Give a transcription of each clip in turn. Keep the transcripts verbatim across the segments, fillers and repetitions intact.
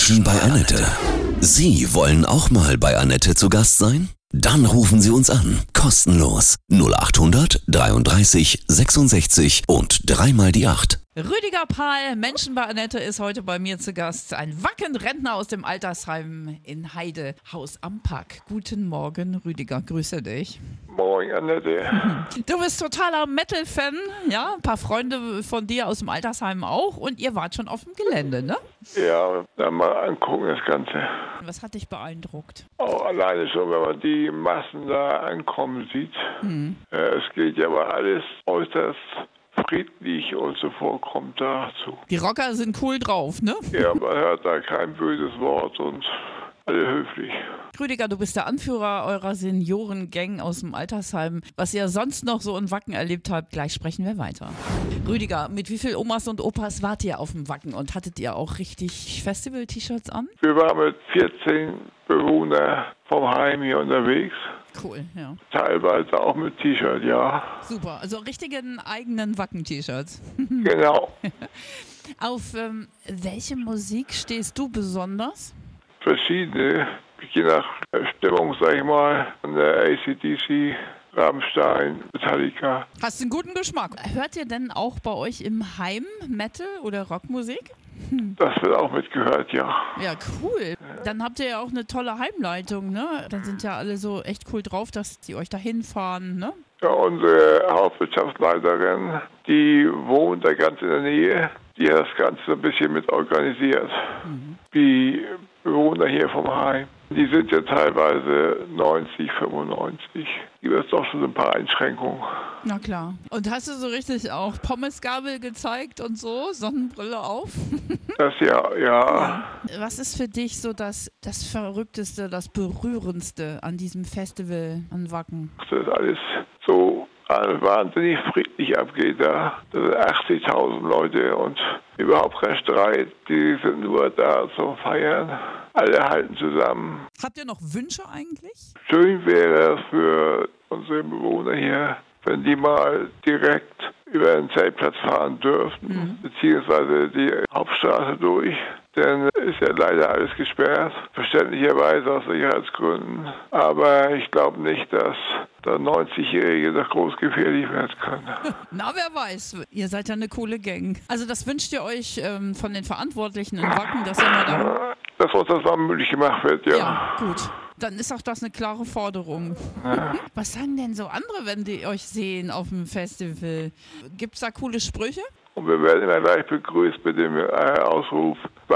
Menschen bei Annette. Sie wollen auch mal bei Annette zu Gast sein? Dann rufen Sie uns an. Kostenlos. null acht hundert dreiunddreißig sechsundsechzig und dreimal die acht. Rüdiger Pahl, Menschen bei Annette, ist heute bei mir zu Gast. Ein Wacken-Rentner aus dem Altersheim in Heide, Haus am Pack. Guten Morgen, Rüdiger, grüße dich. Moin, Annette. Du bist totaler Metal-Fan, ja? Ein paar Freunde von dir aus dem Altersheim auch und ihr wart schon auf dem Gelände, ne? Ja, dann mal angucken das Ganze. Was hat dich beeindruckt? Auch alleine schon, wenn man die Massen da ankommen sieht. Mhm. Äh, es geht ja aber alles äußerst friedlich und zuvorkommt dazu. Die Rocker sind cool drauf, ne? Ja, man hört da kein böses Wort und alle höflich. Rüdiger, du bist der Anführer eurer Seniorengang aus dem Altersheim. Was ihr sonst noch so in Wacken erlebt habt, gleich sprechen wir weiter. Rüdiger, mit wie vielen Omas und Opas wart ihr auf dem Wacken und hattet ihr auch richtig Festival-T-Shirts an? Wir waren mit vierzehn Bewohnern vom Heim hier unterwegs. Cool, ja. Teilweise auch mit T-Shirt, ja. Super, also richtigen eigenen Wacken-T-Shirts. Genau. Auf ähm, welche Musik stehst du besonders? Verschiedene, je nach Stimmung, sag ich mal, von der A C D C, Rammstein, Metallica. Hast du einen guten Geschmack. Hört ihr denn auch bei euch im Heim Metal oder Rockmusik? Das wird auch mitgehört, ja. Ja, cool. Dann habt ihr ja auch eine tolle Heimleitung, ne? Dann sind ja alle so echt cool drauf, dass die euch da hinfahren, ne? Ja, unsere Hauswirtschaftsleiterin, die wohnt da ganz in der Nähe, die hat das Ganze so ein bisschen mit organisiert. Mhm. Die Bewohner hier vom Heim, die sind ja teilweise neunzig, fünfundneunzig. Gibt es doch schon ein paar Einschränkungen. Na klar. Und hast du so richtig auch Pommesgabel gezeigt und so? Sonnenbrille auf? Das ja, ja. Was ist für dich so das, das Verrückteste, das Berührendste an diesem Festival an Wacken? Das ist alles so wahnsinnig friedlich abgeht da. Das sind achtzigtausend Leute und überhaupt kein Streit. Die sind nur da zum Feiern. Alle halten zusammen. Habt ihr noch Wünsche eigentlich? Schön wäre es für unsere Bewohner hier, wenn die mal direkt über den Zeltplatz fahren dürften, mhm. beziehungsweise die Hauptstraße durch. Denn ist ja leider alles gesperrt, verständlicherweise aus Sicherheitsgründen. Aber ich glaube nicht, dass der neunzigjährige noch groß gefährlich werden kann. Na, wer weiß. Ihr seid ja eine coole Gang. Also das wünscht ihr euch ähm, von den Verantwortlichen in Wacken, dass ihr mal da... Dass uns das mal möglich gemacht wird, ja. Ja, gut. Dann ist auch das eine klare Forderung. Ja. Was sagen denn so andere, wenn die euch sehen auf dem Festival? Gibt es da coole Sprüche? Und wir werden immer gleich begrüßt mit dem äh, Ausruf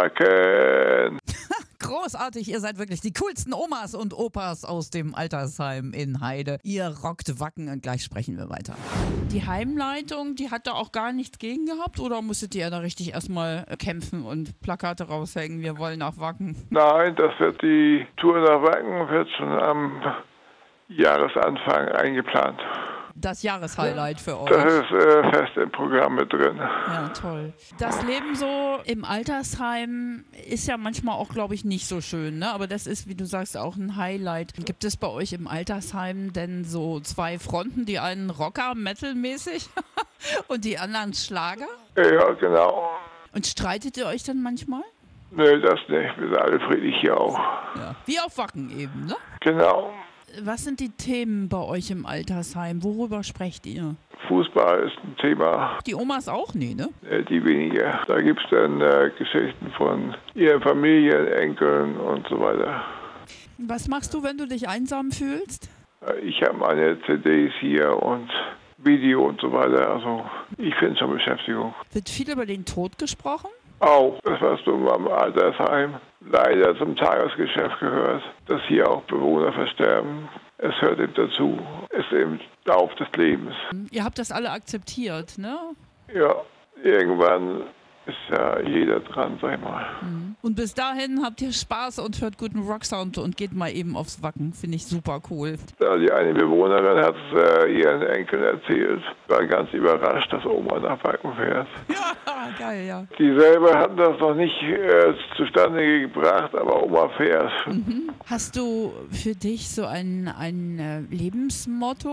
Wacken. Großartig, ihr seid wirklich die coolsten Omas und Opas aus dem Altersheim in Heide. Ihr rockt Wacken und gleich sprechen wir weiter. Die Heimleitung, die hat da auch gar nichts gegen gehabt oder musstet ihr da richtig erstmal kämpfen und Plakate raushängen, wir wollen nach Wacken? Nein, das wird die Tour nach Wacken wird schon am Jahresanfang eingeplant. Das Jahreshighlight für euch. Das ist äh, fest im Programm mit drin. Ja, toll. Das Leben so im Altersheim ist ja manchmal auch, glaube ich, nicht so schön, ne? Aber das ist, wie du sagst, auch ein Highlight. Gibt es bei euch im Altersheim denn so zwei Fronten, die einen Rocker, Metal-mäßig und die anderen Schlager? Ja, genau. Und streitet ihr euch dann manchmal? Nö, das nicht. Wir sind alle friedlich hier auch. Ja. Wie auf Wacken eben, ne? Genau. Was sind die Themen bei euch im Altersheim? Worüber sprecht ihr? Fußball ist ein Thema. Die Omas auch? Nee, ne? Äh, die weniger. Da gibt es dann äh, Geschichten von ihren Familien, Enkeln und so weiter. Was machst du, wenn du dich einsam fühlst? Äh, ich habe meine C Ds hier und Video und so weiter. Also ich finde schon Beschäftigung. Wird viel über den Tod gesprochen? Auch. Das, was du am Altersheim leider zum Tagesgeschäft gehört, dass hier auch Bewohner versterben. Es hört eben dazu. Es ist eben Lauf des Lebens. Ihr habt das alle akzeptiert, ne? Ja, irgendwann ist ja jeder dran, sag ich mal. Und bis dahin habt ihr Spaß und hört guten Rocksound und geht mal eben aufs Wacken. Finde ich super cool. Ja, die eine Bewohnerin hat es äh, ihren Enkeln erzählt. War ganz überrascht, dass Oma nach Wacken fährt. Ja, geil, ja. Die selber hatten das noch nicht äh, zustande gebracht, aber Oma fährt. Mhm. Hast du für dich so ein, ein äh, Lebensmotto?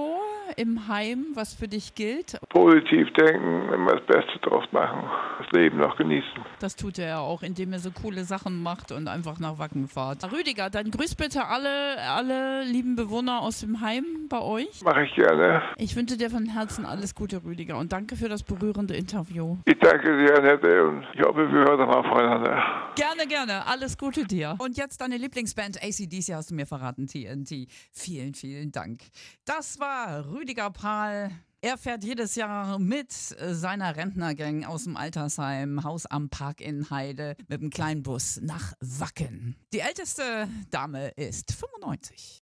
im Heim, was für dich gilt? Positiv denken, immer das Beste draus machen, das Leben noch genießen. Das tut er ja auch, indem er so coole Sachen macht und einfach nach Wacken fährt. Rüdiger, dann grüß bitte alle, alle lieben Bewohner aus dem Heim bei euch. Mache ich gerne. Ich wünsche dir von Herzen alles Gute, Rüdiger, und danke für das berührende Interview. Ich danke dir, Annette, und ich hoffe, wir hören noch mal voneinander. Gerne, gerne. Alles Gute dir. Und jetzt deine Lieblingsband A C D C, hast du mir verraten, T N T. Vielen, vielen Dank. Das war Rüdiger Prahl. Er fährt jedes Jahr mit seiner Rentnergang aus dem Altersheim Haus am Park in Heide mit einem kleinen Bus nach Wacken. Die älteste Dame ist fünfundneunzig.